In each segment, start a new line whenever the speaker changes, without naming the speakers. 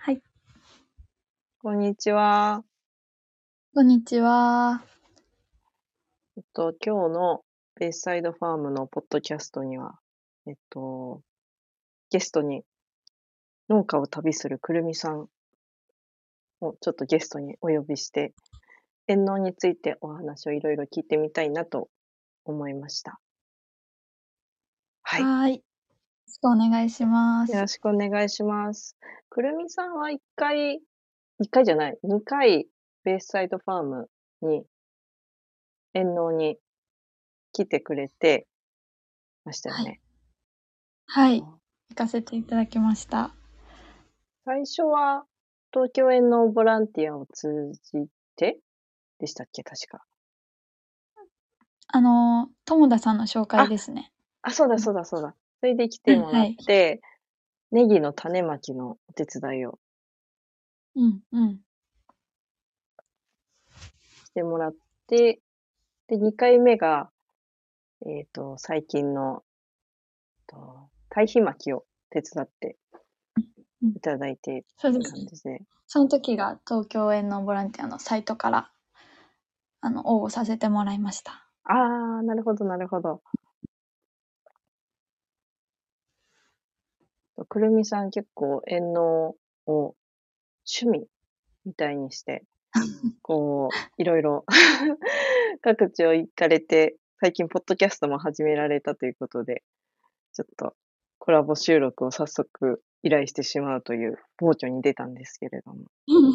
はい。
こんにちは。
こんにちは。
今日のベイサイドファームのポッドキャストには、ゲストに農家を旅するくるみさんをちょっとゲストにお呼びして、遠農についてお話をいろいろ聞いてみたいなと思いました。はい。
はい。よろしくお願いします。
よろしくお願いします。くるみさんは一回じゃない、2回ベイサイドファームに遠農に来てくれてましたよ
はい。
ね。
はい。行かせていただきました。
最初は東京遠農ボランティアを通じてでしたっけ、確か。
友田さんの紹介
あ、
ですね。
そうだ
うん。
そうだそうだ。それで来てもらっ
はい。
て、ネギの種まきのお手伝いを
うんうん。
してもらって、で、2回目が、最近の、堆肥巻きを手伝って
うん。
いただいてって
そうですね。
感じで。
その時が東京園のボランティアのサイトから、応募させてもらいました。
なるほどなるほど。くるみさん結構遠農を趣味みたいにして、いろいろ各地を行かれて、最近ポッドキャストも始められたということで、ちょっとコラボ収録を早速依頼してしまうという暴挙に出たんですけれども。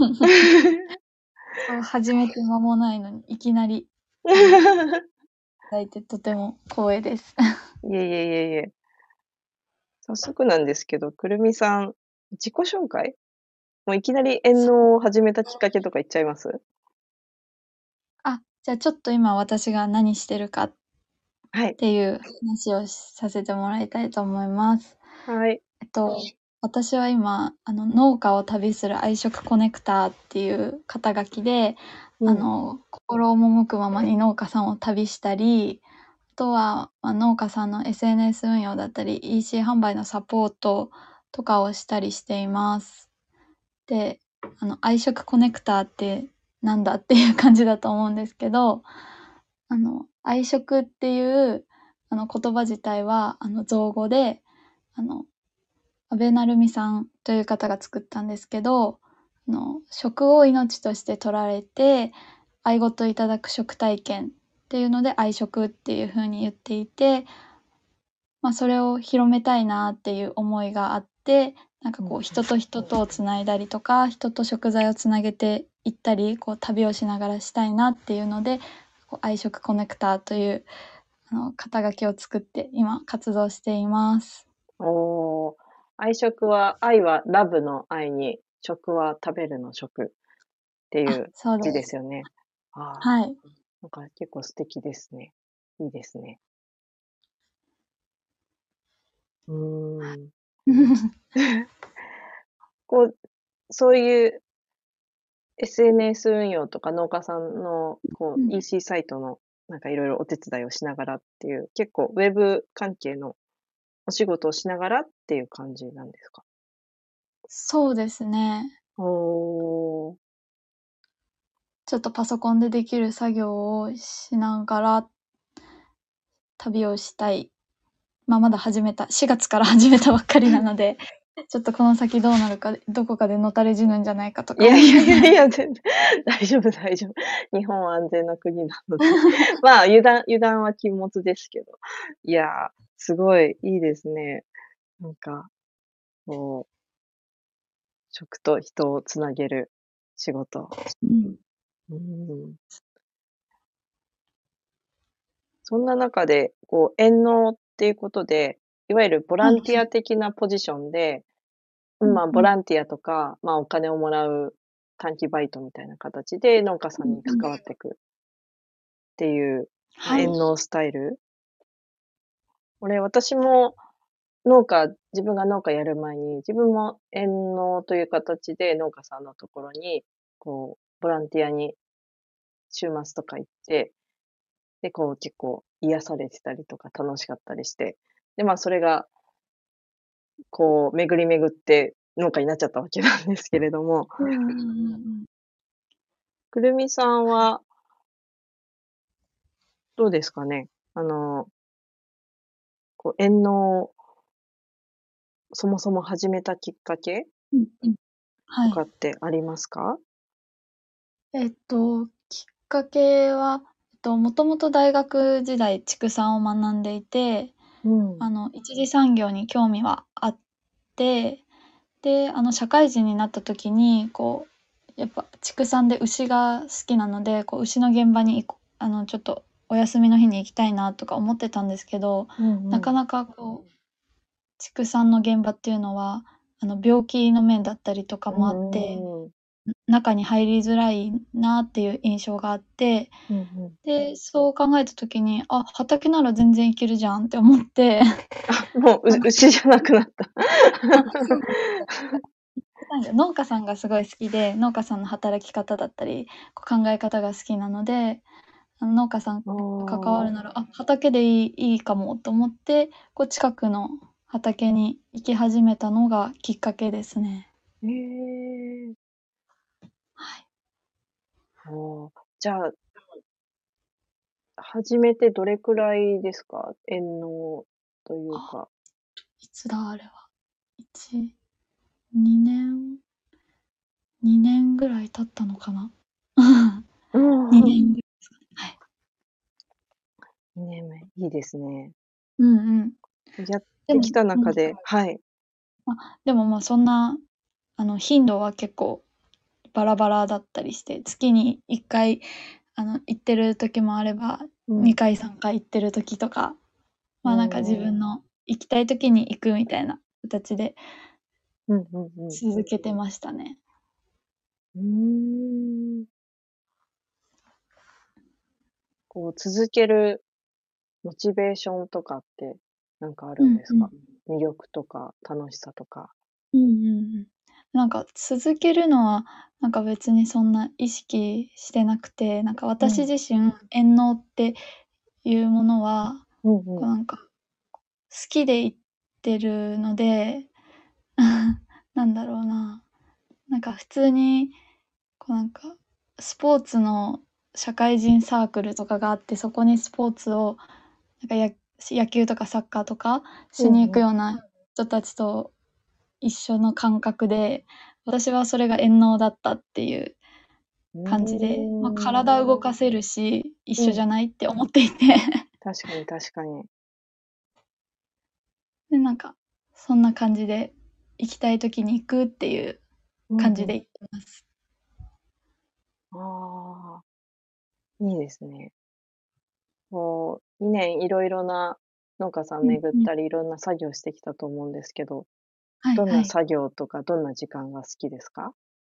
そう、始めて間もないのに、いきなり、あの、いただいてとても光栄です。
いえいえいえいえ。早速なんですけど、くるみさん、自己紹介もういきなり遠
そう。
農を始めたきっかけとか言っちゃいます？
じゃあちょっと今私が何してるかっ
はい。
ていう話をさせてもらいたいと思います。
はい。
えっと、私は今、農家を旅する愛食コネクターっていう肩書きで、
うん。
心赴くままに農家さんを旅したり、あとは、農家さんの SNS 運用だったり、EC 販売のサポートとかをしたりしています。で、愛食コネクターってなんだっていう感じだと思うんですけど、愛食っていう言葉自体は造語で、あの、安倍成美さんという方が作ったんですけど、食を命として取られて、愛ごといただく食体験っていうので愛食っていう風に言っていて、それを広めたいなっていう思いがあって、なんか
うん。
人と人とをつないだりとか、人と食材をつなげていったり、旅をしながらしたいなっていうので、愛食コネクターという肩書きを作って今活動しています。
おー。愛食は、愛はラブの愛に、食は食べるの食ってい
あ、
う字
そうです。
ですよね。ああ、
はい。
なんか結構素敵ですね。いいですね。うーん。こう、そういう SNS 運用とか農家さんの
うん。
EC サイトのなんかいろいろお手伝いをしながらっていう、結構ウェブ関係のお仕事をしながらっていう感じなんですか？
そうですね。
おー。
ちょっとパソコンでできる作業をしながら旅をしたい。まだ4月から始めたばっかりなので、ちょっとこの先どうなるか、どこかでのたれ死ぬんじゃないかとか思
いやい
いながら。
やいやいや、全然大丈夫大丈夫。日本は安全な国なので。まあ、油断は禁物ですけど。いやー、すごいいいですね。なんか、こう、食と人をつなげる仕事。
うん。
うん。そんな中で、遠農っていうことで、いわゆるボランティア
はいはい。
的なポジションで、まあ、
うんうん。
ボランティアとか、まあ、お金をもらう短期バイトみたいな形で農家さんに
うんうん。
関わっていくっていう、まあ、
はい。
遠農スタイル。私も自分が農家やる前に、自分も遠農という形で農家さんのところに、ボランティアに週末とか行って、で、結構癒されてたりとか楽しかったりして、で、まあ、それが、巡り巡って、 農家になっちゃったわけなんですけれども、
うんうんうんうん。
くるみさん
はい。
はどうですかね？遠農、そもそも始めたきっかけ
うんうん。はい。
とかってありますか？
きっかけは、もともと大学時代畜産を学んでいて、
うん。
一次産業に興味はあって、で、社会人になった時に、やっぱ畜産で牛が好きなので、牛の現場にちょっとお休みの日に行きたいなとか思ってたんですけど、
うんうん。
なかなか畜産の現場っていうのは、病気の面だったりとか
うん
もあって、
うんうん。
中に入りづらいなっていう印象があって、
うんうん。
で、そう考えた時に、あ、畑なら全然いけるじゃんって思って、
あ、もう、
あの、
牛じゃなくなった。
そうなんですよ。農家さんがすごい好きで、農家さんの働き方だったり、考え方が好きなので、農家さん
あ
と関わる
あ。
なら、あ、畑でいいかもと思って、近くの畑に行き始めたのがきっかけですね。
へえ。
はい。
おお。じゃあ、始めてどれくらいですか？遠農という
あ、
か。
いつだあれは。1、2年、2年ぐらい経ったのかな。
うん。
2年ぐらいですかね。はい。
2年目、いいですね。
うんうん。
やっ
でも、
てきた
うん。
中ではい。
でもそんな、頻度は結構バラバラだったりして、月に1回、行ってる時もあれば、
うん。
2回、3回行ってる時とか、
お
なんか自分
お。
の行きたい時に行くみたいな形で
うんうんうん。
続けてましたね。
うーん。続けるモチベーションとかってなんかあるんですか？
うんうん。
魅力とか楽しさとか。
うんうんうん。なんか続けるのは、なんか別にそんな意識してなくて、なんか私
うん。
自身、遠農っていうものは、
うんうん。
なんか好きで行ってるので、なんだろうな、なんか普通に、なんかスポーツの社会人サークルとかがあって、そこにスポーツを、なんか野球とかサッカーとかしに行
うんうん。
くような人たちと一緒の感覚で、私はそれが遠農だったっていう
う
感じで、
ーん。
体動かせるし、一
うん。
緒じゃないって思っていて。
確かに確かに。
で、なんか、そんな感じで、行きたい時に行くっていう
うんうん。
感じで行ってます。
ああ、いいですね。2年いろいろな農家さん
うんうん。
巡ったり、いろんな作業してきたと思うんですけど、
はいはい。
どんな作業とか、どんな時間が好きですか？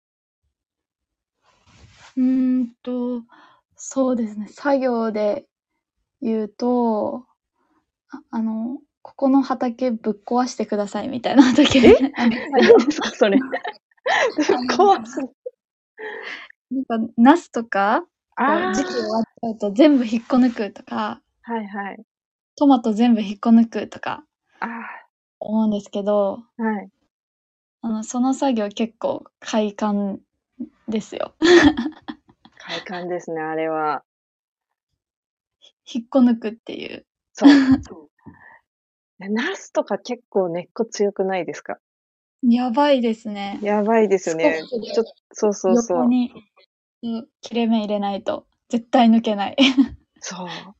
うーんと、そうですね、作業で言うと、ここの畑ぶっ壊してくださいみたいな時、
え？
作業
何ですかそれ。
あの、
壊す。
なんか、ナスとか、
あ
時期終わっ
あ、
ちゃうと全部引っこ抜くとか、
はいはい。
トマト全部引っこ抜くとか
ああ、
思うんですけど、
はい。
その作業結構快感ですよ。
快感ですね、あれは。
引っこ抜くっていう。
そう。ナスとか結構根っこ強くないですか？
やばいですね。
やばいですよ
スコッ
ね。
プで
そうそうそう。
横に、切れ目入れないと絶対抜けない。
そう。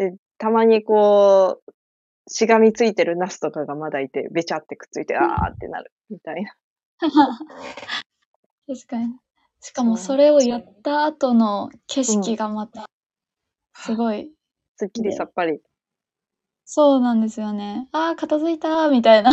で、たまにしがみついてるナスとかがまだいて、べちゃってくっついて、ああってなるみたいな。
確かに。しかもそ
そ
れをやった後の景
う。うん。
色がまたす
は、
ごい
すっきりさ
で、
っぱり。
そうなんですよね。ああ、片付いたみたいな。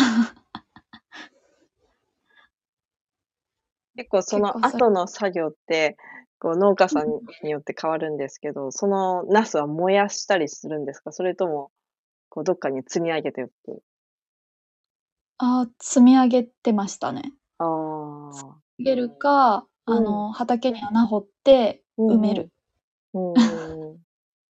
結構そ
結構それ、
の後の作業って、農家さんによって変わるんですけど、そのナスは燃やしたりするんですか？それとも、どっかに積み上げておく。
ああ、積み上げてましたね。
ああ。
げるか、
うん。
畑に穴掘って
うんうん。
埋める。
うんうん。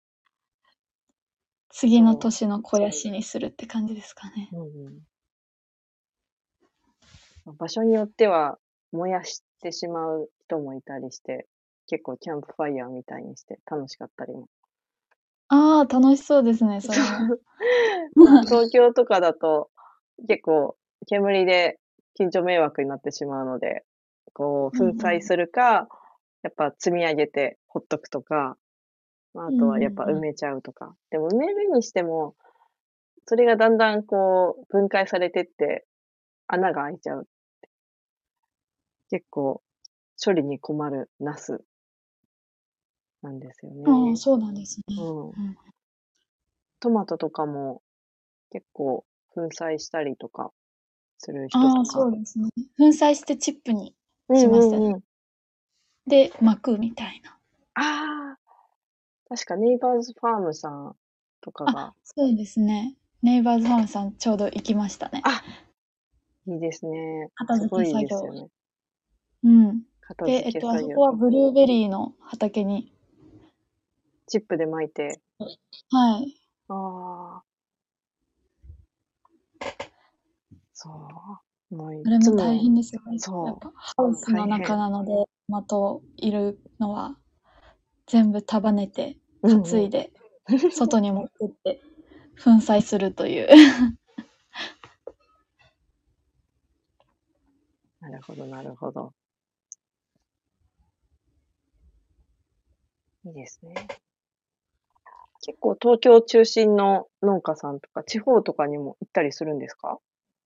次の
そう。
年の肥やしにするって感じですかね。
うんうん。 場所によっては燃やしてしまう人もいたりして、結構キャンプファイヤーみたいにして楽しかったりも。
ああ、楽しそうですね、それも。
東京とかだと結構煙で近所迷惑になってしまうので、こう
うん
粉砕するか、やっぱ積み上げてほっとくとか、あ
うん。
とはやっぱ埋めちゃうとか。でも埋めるにしても、それがだんだんこう分解されてって穴が開いちゃう。結構処理に困るナスなんですよ
ああ、
ね。
そうなんですね。
うん。
うん。
トマトとかも結構粉砕したりとかする人
ああ、
とか。
そうですね。粉砕してチップに
うん
しましたね。
うんうん。
で、巻くみたいな。
ああ、確かネイバーズファームさんとかが、
あ、そうですね。ネイバーズファームさんちょうど行きましたね。
あ、いいですね。
片付け
すごい
作業。
ですよね。
うん。で、
片付け
あ
作業。
そこはブルーベリーの畑に、
チップで巻いて。
はい。
ああ、そう。もうい
あれも大
つも、
変ですよね。やっ
そう、
ぱハウスの中
大変。
なので、的いるのは全部束ねて、
うんうん。
担いで、外に持ってって粉砕するという。
なるほどなるほど。いいですね。結構東京中心の農家さんとか、地方とかにも行ったりするんですか？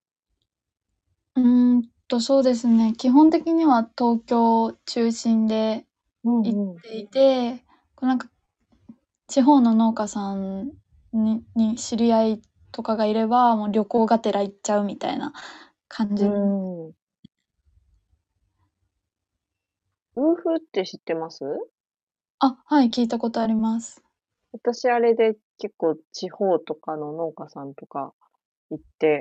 そうですね。基本的には東京中心で行っ
うんうん。
ていて、こうなんか地方の農家さんに知り合いとかがいれば、もう旅行がてら行っちゃうみたいな感
う
じ。
ーん。ウーフって知ってます？
あ、はい、聞いたことあります。
私あれで結構地方とかの農家さんとか行って、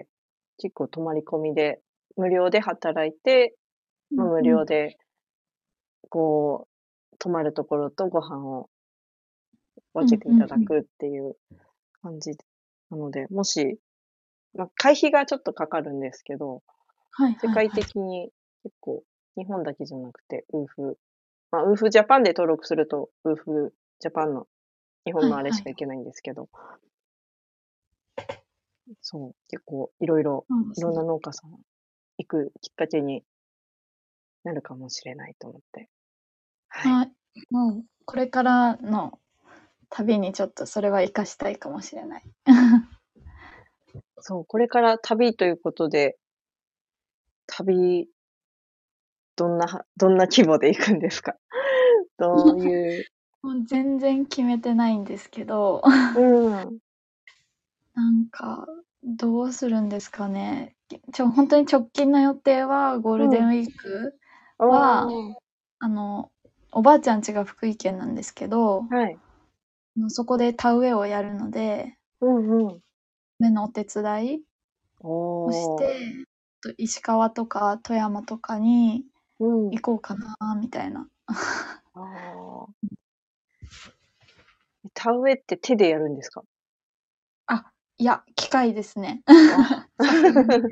結構泊まり込みで、無料で働いて、ま、無
うんうん。
料でこう、泊まるところとご飯を分け
うん
てい
うんうん。
ただくっていう感じなので、もし、ま、会費がちょっとかかるんですけど、
はい
世界
はいはい。
的に結構日本だけじゃなくて、ウーフま、ウーフジャパンで登録すると、ウーフジャパンの日本のあれ
はいはい。
しか行けないんですけど、そう、結構色々、いろんな
そうですね。
農家さん行くきっかけになるかもしれないと思って。はい。
はい。もう、これからの旅にちょっとそれは活かしたいかもしれない。
そう、これから旅ということで、旅、どんな規模で行くんですか？どういう。
もう全然決めてないんですけど、
うん。
なんか、どうするんですかね。ほんとに直近の予定はゴール
うん。
デンウィーク
あ
は、
あ、
あの、おばあちゃん家が福井県なんですけど、
はい。
そこで田植えをやるので、
うんうん。
芽のお手伝い
お
をし
お、
て、石川とか富山とかに
うん。
行こうかなみたいな。
ああ。田植えって手でやるんですか？
あ、いや、機械ですね。
あ。
さすがに。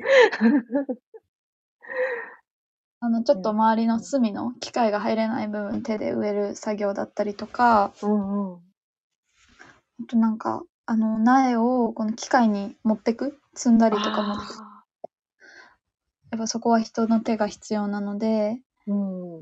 ちょっと
うん。
周りの隅の機械が入れない部分、手で植える作業だったりとか、
うんうん。
あとなんか、苗をこの機械に持ってく、積んだりとかも、
ああ、
やっぱそこは人の手が必要なので、
うん。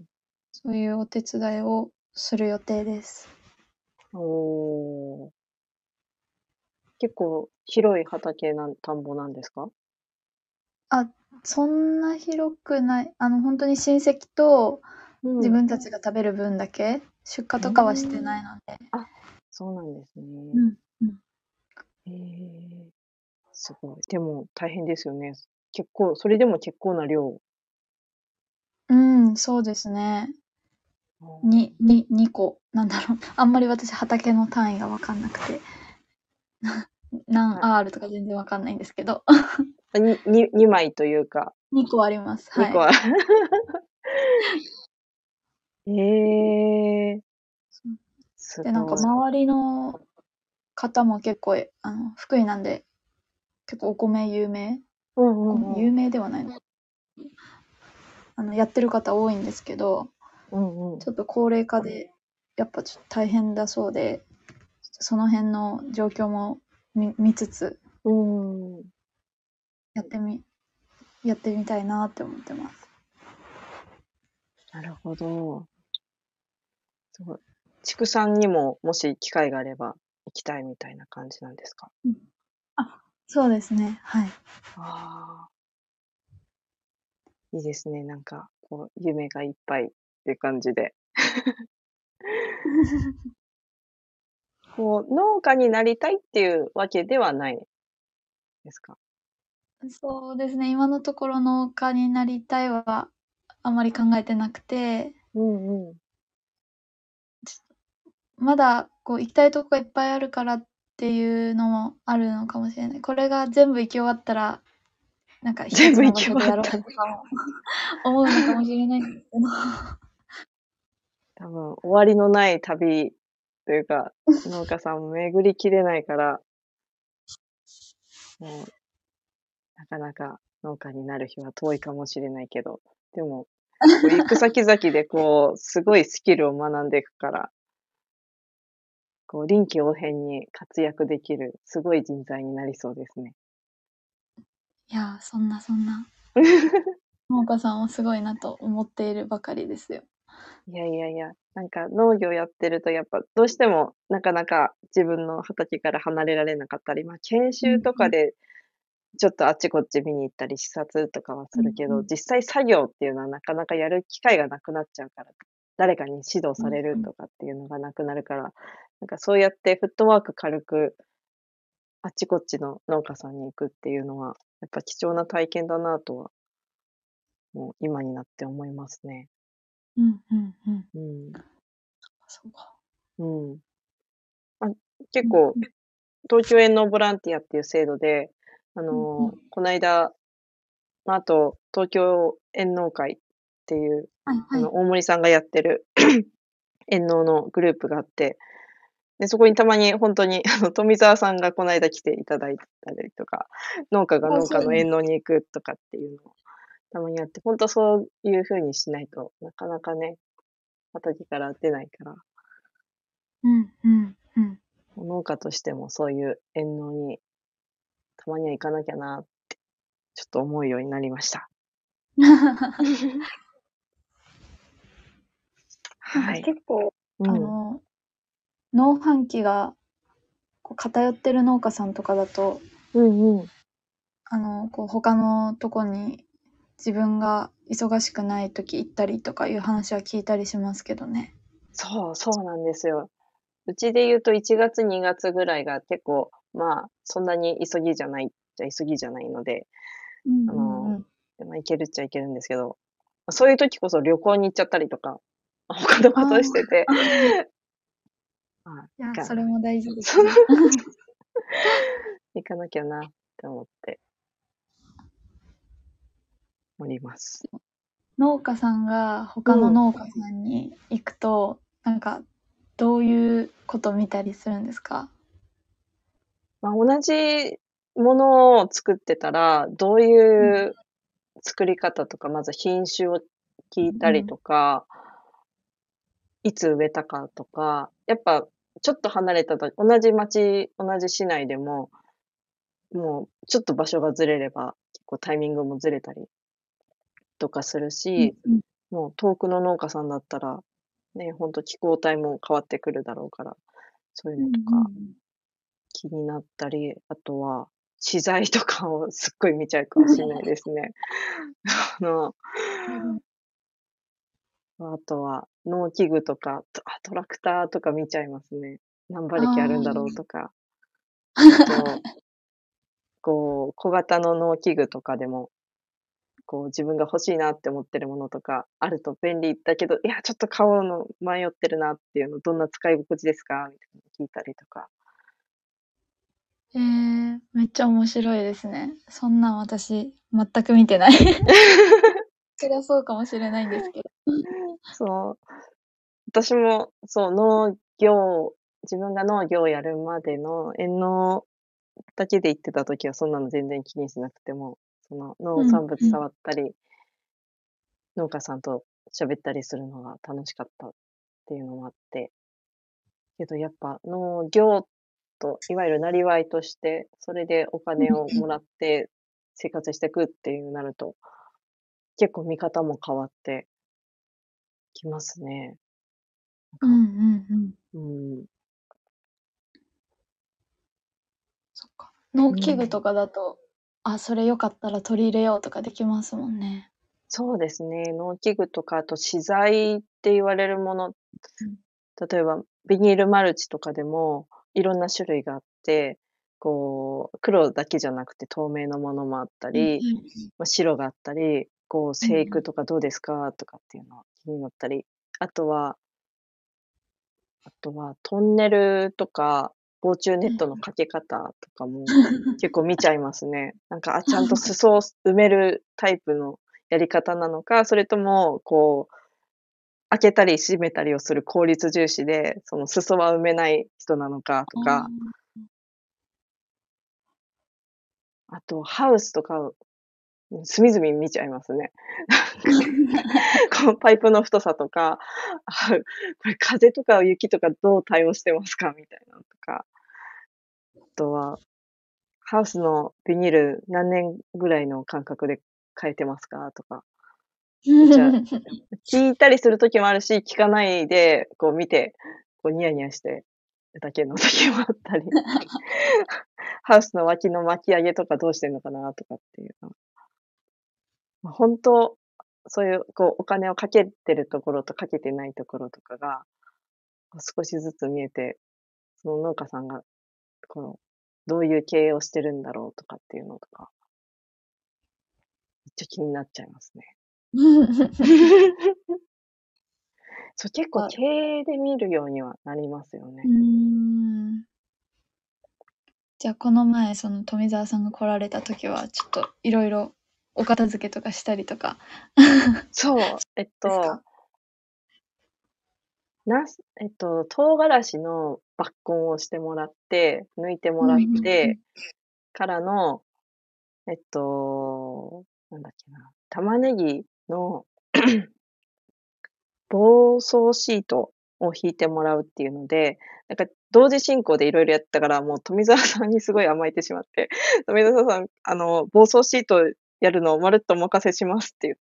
そういうお手伝いをする予定です。
おお。結構広い田んぼなんですか？
あ、そんな広くない、本当に親戚と
うん。
自分たちが食べる分だけ、出荷
う
とかはして
ーん。
ないので。
あ、そうなんですね。
うん、うん。
へえ、すごい。でも大変ですよね。結構それでも結構な量。
うん、そうですね。
ああ。
2個、なんだろう、あんまり私畑の単位が分かんなくて、何
はい。
R とか全然分かんないんですけど、
2枚というか、
2個あります。
2個は。
はい。
ええ、す
で、なんか
ごい。
周りの方も結構、福井なんで、結構お米有名、
うんうんうん。
有名ではないの。 やってる方多いんですけど、
うんうん。
ちょっと高齢化で、やっぱちょっと大変だそうで、その辺の状況も見つつ、
うん。
やってみたいなって思ってます。
なるほど。そう。畜産にも、もし機会があれば行きたいみたいな感じなんですか？
うん。あ、そうですね。はい。
ああ、いいですね。なんか、こう、夢がいっぱいっていう感じで。こう、農家になりたいっていうわけではないですか？
そうですね、今のところ農家になりたいはあまり考えてなくて、
うんうん。
まだこう行きたいとこがいっぱいあるからっていうのもあるのかもしれない。これが全部行き終わったら、なんか一
全部行
つの場
き終わったら、
所でやろうとかも思うのかもしれないんですけど。
多分終わりのない旅というか、農家さん巡りきれないから、もうなかなか農家になる日は遠いかもしれないけど、でも、こう行く先々でこう、すごいスキルを学んでいくから、こう臨機応変に活躍できる、すごい人材になりそうですね。
いや、そんな。農家さんはすごいなと思っているばかりですよ。
いやいやいや、なんか農業やってるとやっぱどうしてもなかなか自分の畑から離れられなかったり、研修
うんうん。
とかでちょっとあっちこっち見に行ったり視察とかはするけど、
うんうん。
実際作業っていうのはなかなかやる機会がなくなっちゃうから、誰かに指導される
うんうん。
とかっていうのがなくなるから、なんかそうやってフットワーク軽くあっちこっちの農家さんに行くっていうのは、やっぱ貴重な体験だなとは、もう今になって思いますね。
うんうんうん。
うん。
そうか。
うん。あ、結
うん
構
うん。
東京園のボランティアっていう制度で、
うんうん。
こないだ、あと、東京園農会っていう、
はいはい。
大森さんがやってる園農のグループがあって、で、そこにたまにほんとに、富澤さんがこないだ来ていただいたりとか、農家が
あ、
農家の
そうなんです。
園農に行くとかっていうのをたまにやって、ほんとそういう風にしないと、なかなかね、畑から出ないから、
うんうんうん。
農家としてもそういう園農にたまには行かなきゃな、ちょっと思うようになりました。
なんか
はい。
結構、
うん。
農繁期がこう偏ってる農家さんとかだと、
うんうん。
こう他のとこに自分が忙しくない時行ったりとかいう話は聞いたりしますけどね。
そう、そうなんですよ。うちで言うと1月、2月ぐらいが結構、そんなに急ぎじゃないっちゃ急ぎじゃないので、
うん
あの、
うんうん。
行けるっちゃ行けるんですけど、そういう時こそ旅行に行っちゃったりとか、他のことして
あ
て、
あ、い
行
や、
かない。
それも大事です
そう、
ね。
行かなきゃなって思っております。
農家さんが他の
うん。
農家さんに行くと、なんかどういうこと見たりするんですか？
同じものを作ってたら、どう
うん。
いう作り方とか、まず品種を聞いたり
うん。
とか、いつ植えたかとか、やっぱちょっと離れた同じ町、同じ市内でも、もうちょっと場所がずれれば、結構タイミングもずれたりとかするし、
うんうん。
もう遠くの農家さんだったら、ね、ほんと気候帯も変わってくるだろうから、そういう
うんう
のとか
ん
気になったり、あとは資材とかをすっごい見ちゃうかもしんないですね。あの、
うん。
あとは農機具とか、トラクターとか見ちゃいますね。何馬力あるんだろう
あ
とか。あと、こう、小型の農機具とかでも、こう自分が欲しいなって思ってるものとかあると便利だけど、いや、ちょっと買うの迷ってるなっていうの、どんな使い心地ですか？みたいなの聞いたりとか。
めっちゃ面白いですね。そんなん私、全く見てない。そりゃそうかもしれないんですけど。
そう、私もそう、農業自分が農業をやるまでの園農だけで行ってた時はそんなの全然気にしなくても、その農
うん
産物
うん。
触ったり農家さんと喋ったりするのが楽しかったっていうのもあって。けどやっぱ農業と、いわゆる生業として、それでお金をもらって生活してくっていうなると、結構見方も変わってきますね。なんか、
うんうんうん。
うん。
そっか。農機具と
うん。
かだと、あ、それよかったら取り入れようとかできますもんね。
そうですね。農機具とか、あと資材って言われるもの、
うん。
例えばビニールマルチとかでもいろんな種類があって、こう、黒だけじゃなくて透明のものもあった
うん
り、
うん
ま、白があったり、こう
うん。うん
生育
うん。
とかどうですかとかっていうの気になったり、あとはトンネルとか、防虫ネットのかけ方とかも結構見ちゃいますね。なんか、ちゃんと裾を埋めるタイプのやり方なのか、それとも、こう、開けたり閉めたりをする効率重視で、その裾は埋めない人なのかと
あ
か、
あ。
あとハウスとか、隅々見ちゃいますね。こうパイプの太さとか、これ風とか雪とかどう対応してますかみたいなのとか、あとはハウスのビニール何年ぐらいの間隔で変えてますかとか、じゃあ、聞いたりする時もあるし、聞かないで、こう見て、こうニヤニヤしてるだけの時もあったり、ハウスの脇の巻き上げとかどうしてんのかなとかっていうの。ほんと、そういうこうお金をかけてるところとかけてないところとかが、こう少しずつ見えて、その農家さんが、この、どういう経営をしてるんだろうとかっていうのとか、めっちゃ気になっちゃいますね。そう、結構
あ、
経営で見るようにはなりますよ
うー
ね。
ん。じゃあ、この前、その富澤さんが来られた時は、ちょっといろいろお片付けとかしたりとか
そう、
ですか？
唐辛子の抜根をしてもらって、抜いてもらっ
うんうんう
て
ん。
からの、なんだっけな、玉ねぎの防草シートを引いてもらうっていうので、なんか同時進行でいろいろやったから、もう富澤さんにすごい甘えてしまって、富澤さん、防草シートやるのをまるっとお任せしますって言って、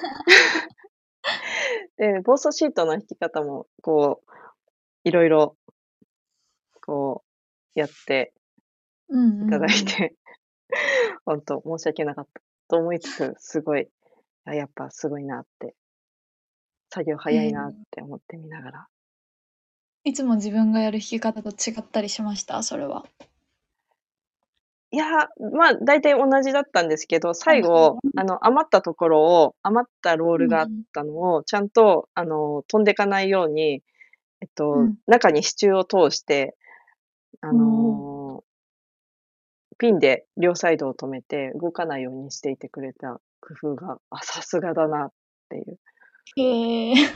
で、防草シートの引き方も、こう、いろいろこう、やって
うんうん
いただい
うん。
て、ほんと申し訳なかったと思いつつ、すごい、やっぱすごいなって、作業早いなっ
へえ。
て思って見ながら。
いつも自分がやる弾き方と違ったりしました？それは。
いや、ま、大体同じだったんですけど、
あ、
最後、余ったところを余ったロールがあっ
うんうん。
たのを、ちゃんと、飛んでかないように、
うん。
中に支柱を通して、あ
おお。
の、ピンで両サイドを留めて動かないようにしていてくれた工夫が、さすがだなっていう。
へえ。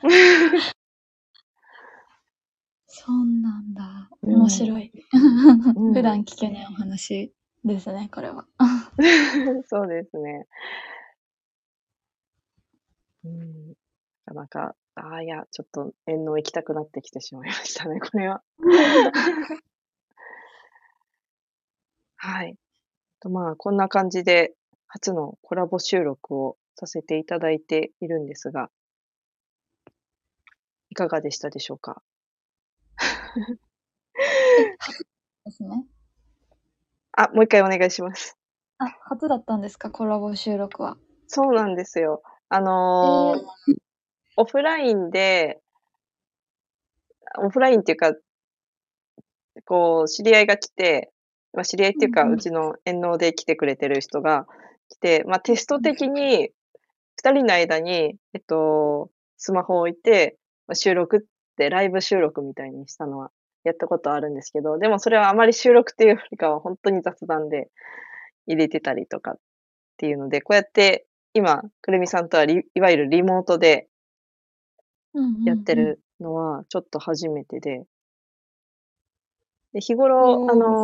そうなんだ。
うん、
面白い。普
うん。
段聞けないお話ですね、これは。
そうですね。うん。なかなか、いや、ちょっと遠納行きたくなってきてしまいましたね、これは。はい。まあ、こんな感じで、初のコラボ収録をさせていただいているんですが、いかがでしたでしょうか？
え、初ですね。
もう一回お願いします。
あ、初だったんですか？コラボ収録は。
そうなんですよ。
ええ。
オフラインでオフラインっていうか、こう知り合いが来て、知り合いっていうか、
うんうん。
うちの遠納で来てくれてる人が来て、
うん
テスト
うん。
的に2人の間に、スマホを置いて、収録ってライブ収録みたいにしたのはやったことあるんですけど、でもそれはあまり収録っていうよりかはほんとに雑談で入れてたりとかっていうので、こうやって今、くるみさんとはいわゆるリモートで
うんうんうん。
やってるのはちょっと初めてで、で、日頃、
おお。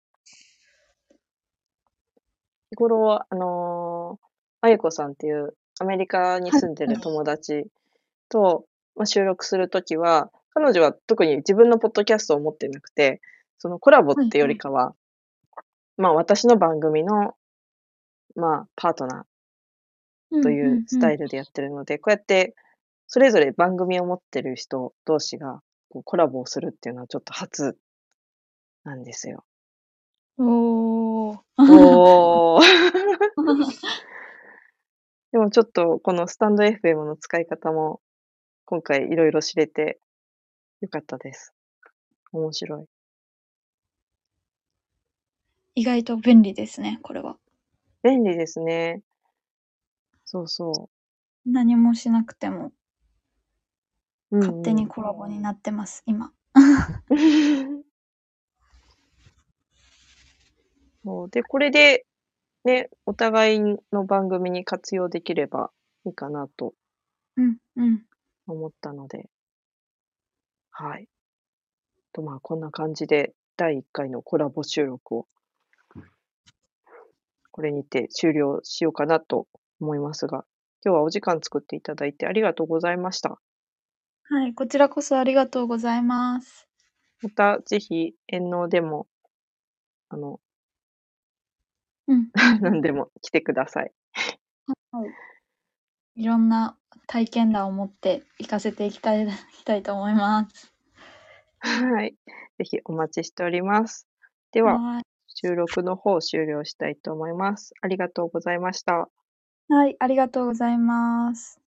あゆこさんっていうアメリカに
はい
住んでる
はい。
友達と、収録する時は、彼女は特に自分のポッドキャストを持ってなくて、そのコラボってよ
はいはい。
りかは、私の番組の、パートナー
うんう
という
んうん。
スタイルでやってるので、こうやってそれぞれ番組を持ってる人同士が、こうコラボをするっていうのはちょっと初なんですよ。
おお。
おお。でもちょっとこのスタンド FM の使い方も、今回いろいろ知れて良かったです。面白い。
意外と便利ですね、これは。
便利ですね。そうそう。
何もしなくても
う
勝手
んうん。
にコラボになってます、今。
そう、で、これでね、お互いの番組に活用できればいいかなと
うんうん。
思ったので、はい。こんな感じで第1回のコラボ収録をこれにて終了しようかなと思いますが、今日はお時間作っていただいてありがとうございました。
はい、こちらこそありがとうございます。
またぜひ遠納でも、あの、
うんうん。
何でも来てください。
はい。いろんな体験談を持って行かせていきたいと思います。
はい。ぜひお待ちしております。では、
はい。
収録の方終了したいと思います。ありがとうございました。
はい、ありがとうございます。